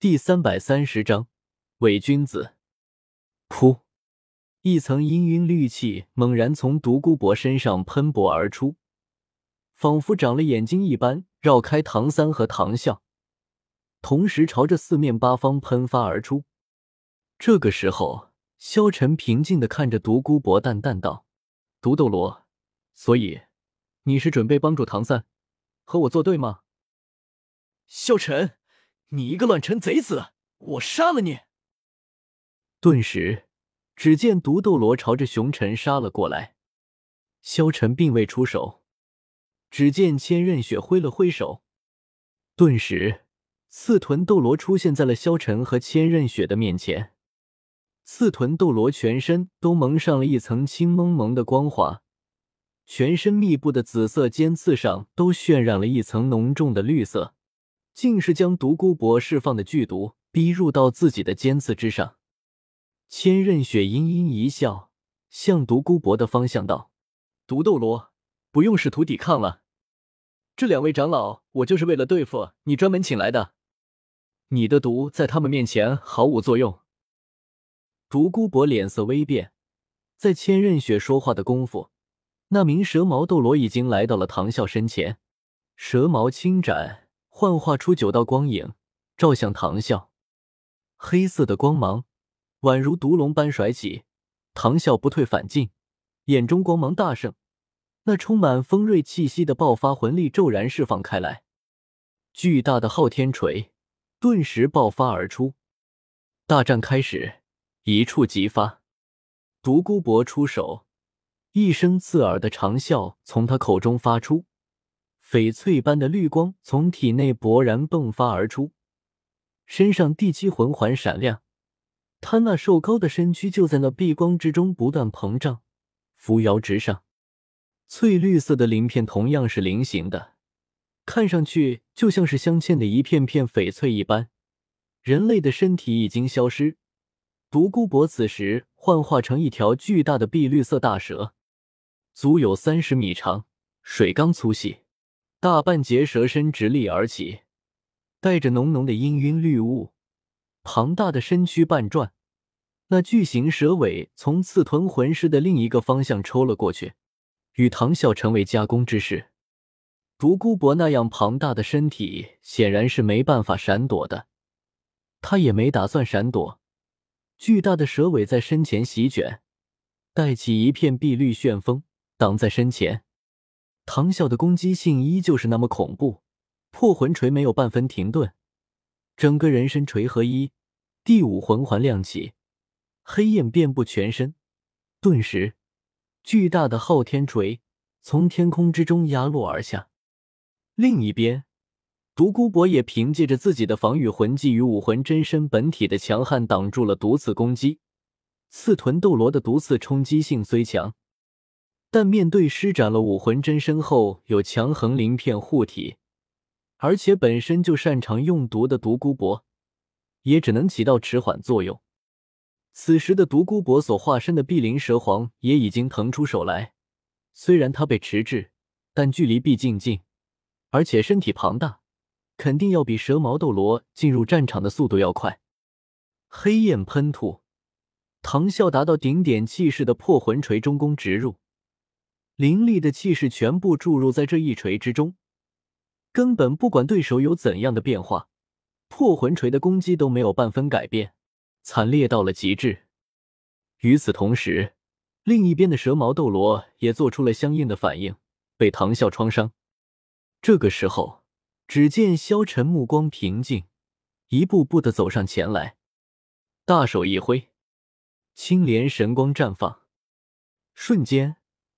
第330章伪君子。噗！一层氤氲绿气猛然从独孤博身上喷薄而出，仿佛长了眼睛一般，绕开唐三和唐啸，同时朝着四面八方喷发而出。这个时候，萧晨平静地看着独孤博，淡淡道：“独斗罗，所以你是准备帮助唐三和我作对吗？” 萧晨，你一个乱臣贼子，我杀了你！ 顿时，只见独斗罗朝着熊晨杀了过来。萧晨并未出手，只见千仞雪挥了挥手，顿时刺豚斗罗出现在了萧晨和千仞雪的面前。刺豚斗罗全身都蒙上了一层青蒙蒙的光华，全身密布的紫色尖刺上都渲染了一层浓重的绿色，竟是将独孤博释放的剧毒逼入到自己的尖刺之上。千仞雪阴阴一笑，向独孤博的方向道：“独斗罗，不用试图抵抗了，这两位长老我就是为了对付你专门请来的，你的毒在他们面前毫无作用。”独孤博脸色微变，在千仞雪说话的功夫，那名蛇矛斗罗已经来到了唐啸身前，蛇矛轻展，幻化出9道光影，照向唐啸。黑色的光芒宛如毒龙般甩起，唐啸不退反进，眼中光芒大盛，那充满锋锐气息的爆发魂力骤然释放开来，巨大的昊天锤顿时爆发而出。大战开始，一触即发。独孤博出手，一声刺耳的长啸从他口中发出，翡翠般的绿光从体内勃然迸发而出，身上第7魂环闪亮，他那瘦高的身躯就在那碧光之中不断膨胀，扶摇直上。翠绿色的鳞片同样是菱形的，看上去就像是镶嵌的一片片翡翠一般。人类的身体已经消失，独孤博此时幻化成一条巨大的碧绿色大蛇，足有30米长，水缸粗细，大半截蛇身直立而起，带着浓浓的氤氲绿雾，庞大的身躯半转，那巨型蛇尾从刺豚魂师的另一个方向抽了过去，与唐啸成为夹攻之势。独孤博那样庞大的身体显然是没办法闪躲的，他也没打算闪躲，巨大的蛇尾在身前席卷，带起一片碧绿旋风挡在身前。唐啸的攻击性依旧是那么恐怖，破魂锤没有半分停顿，整个人身锤合一，第5魂环亮起，黑焰遍布全身，顿时巨大的昊天锤从天空之中压落而下。另一边，独孤博也凭借着自己的防御魂技与武魂真身本体的强悍挡住了毒刺攻击。刺豚斗罗的毒刺冲击性虽强，但面对施展了武魂真身后有强横鳞片护体，而且本身就擅长用毒的独孤博，也只能起到迟缓作用。此时的独孤博所化身的碧鳞蛇皇也已经腾出手来，虽然他被迟滞，但距离毕竟近，而且身体庞大，肯定要比蛇矛斗罗进入战场的速度要快。黑焰喷吐，唐啸达到顶点气势的破魂锤中攻直入，凌厉的气势全部注入在这一锤之中，根本不管对手有怎样的变化，破魂锤的攻击都没有半分改变，惨烈到了极致。与此同时，另一边的蛇矛斗罗也做出了相应的反应，被唐啸创伤。这个时候，只见萧晨目光平静，一步步地走上前来，大手一挥，青莲神光绽放，瞬间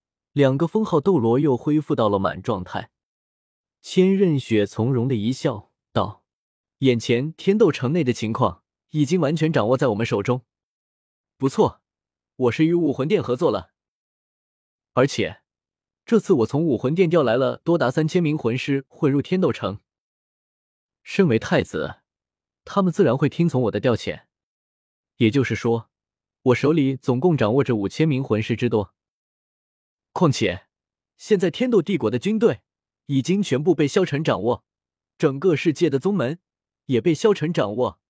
2个封号斗罗又恢复到了满状态。千仞雪从容的一笑道：“眼前天斗城内的情况已经完全掌握在我们手中。不错，我是与武魂殿合作了，而且这次我从武魂殿调来了多达3000名魂师混入天斗城。身为太子，他们自然会听从我的调遣，也就是说，我手里总共掌握着5000名魂师之多。况且现在天斗帝国的军队已经全部被萧晨掌握，整个世界的宗门也被萧晨掌握，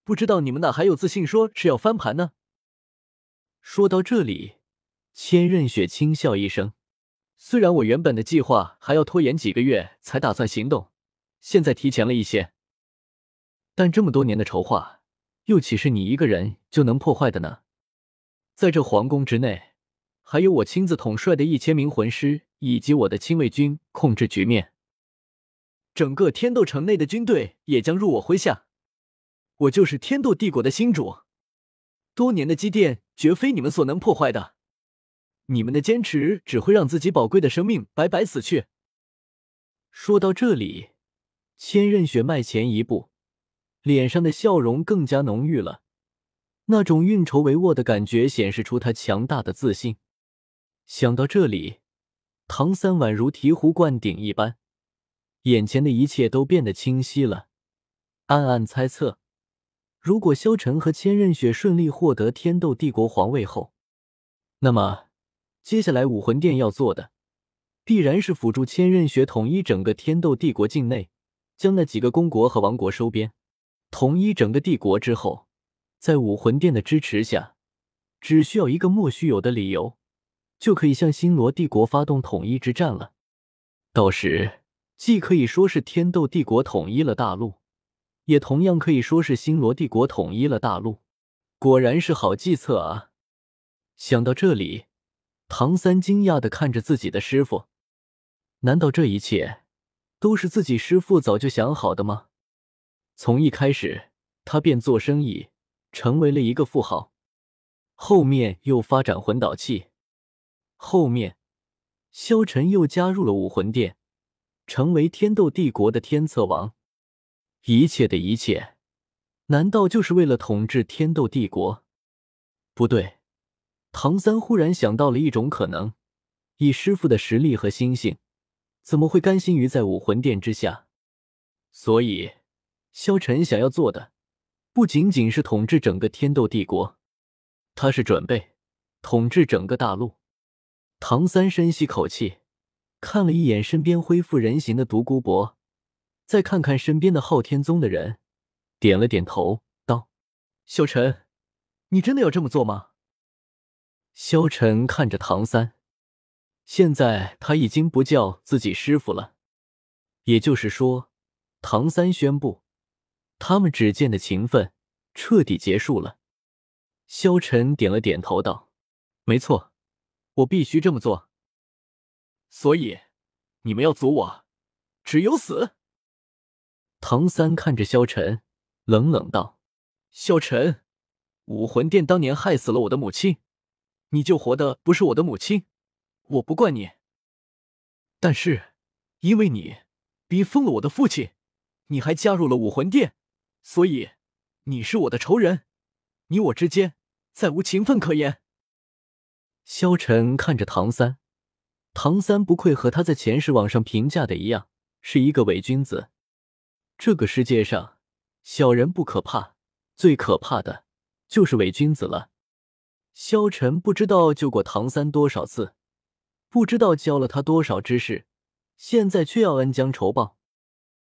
不知道你们哪还有自信说是要翻盘呢？ 说到这里，千仞雪轻笑一声。 虽然我原本的计划还要拖延几个月才打算行动，现在提前了一些，但这么多年的筹划，又岂是你一个人就能破坏的呢？在这皇宫之内，还有我亲自统帅的1000名魂师以及我的亲卫军控制局面，整个天斗城内的军队也将入我麾下。我就是天斗帝国的新主，多年的积淀绝非你们所能破坏的。你们的坚持只会让自己宝贵的生命白白死去。 说到这里，千仞雪迈前一步，脸上的笑容更加浓郁了，那种运筹帷幄的感觉显示出他强大的自信。想到这里，唐三宛如醍醐灌顶一般，眼前的一切都变得清晰了，暗暗猜测，如果萧晨和千仞雪顺利获得天斗帝国皇位后，那么接下来武魂殿要做的必然是辅助千仞雪统一整个天斗帝国境内，将那几个公国和王国收编，统一整个帝国之后，在武魂殿的支持下，只需要一个莫须有的理由，就可以向星罗帝国发动统一之战了。到时既可以说是天斗帝国统一了大陆，也同样可以说是星罗帝国统一了大陆。果然是好计策啊！想到这里，唐三惊讶地看着自己的师父，难道这一切都是自己师父早就想好的吗？从一开始他便做生意，成为了一个富豪，后面又发展魂导器，后面萧晨又加入了武魂殿，成为天斗帝国的天策王。一切的一切，难道就是为了统治天斗帝国？不对，唐三忽然想到了一种可能，以师父的实力和心性，怎么会甘心于在武魂殿之下？所以萧晨想要做的不仅仅是统治整个天斗帝国，他是准备统治整个大陆。唐三深吸口气，看了一眼身边恢复人形的独孤博，再看看身边的昊天宗的人，点了点头，道： 萧晨，你真的要这么做吗？ 萧晨看着唐三，现在他已经不叫自己师父了，也就是说，唐三宣布，他们只见的情分彻底结束了。萧晨点了点头道： 没错，我必须这么做。所以，你们要阻我，只有死。 唐三看着萧晨，冷冷道： 萧晨，武魂殿当年害死了我的母亲，你救活的不是我的母亲，我不怪你。但是，因为你逼疯了我的父亲，你还加入了武魂殿，所以你是我的仇人，你我之间再无情分可言。 萧晨看着唐三，唐三不愧和他在前世网上评价的一样，是一个伪君子。这个世界上，小人不可怕，最可怕的就是伪君子了。萧晨不知道救过唐三多少次，不知道教了他多少知识，现在却要恩将仇报。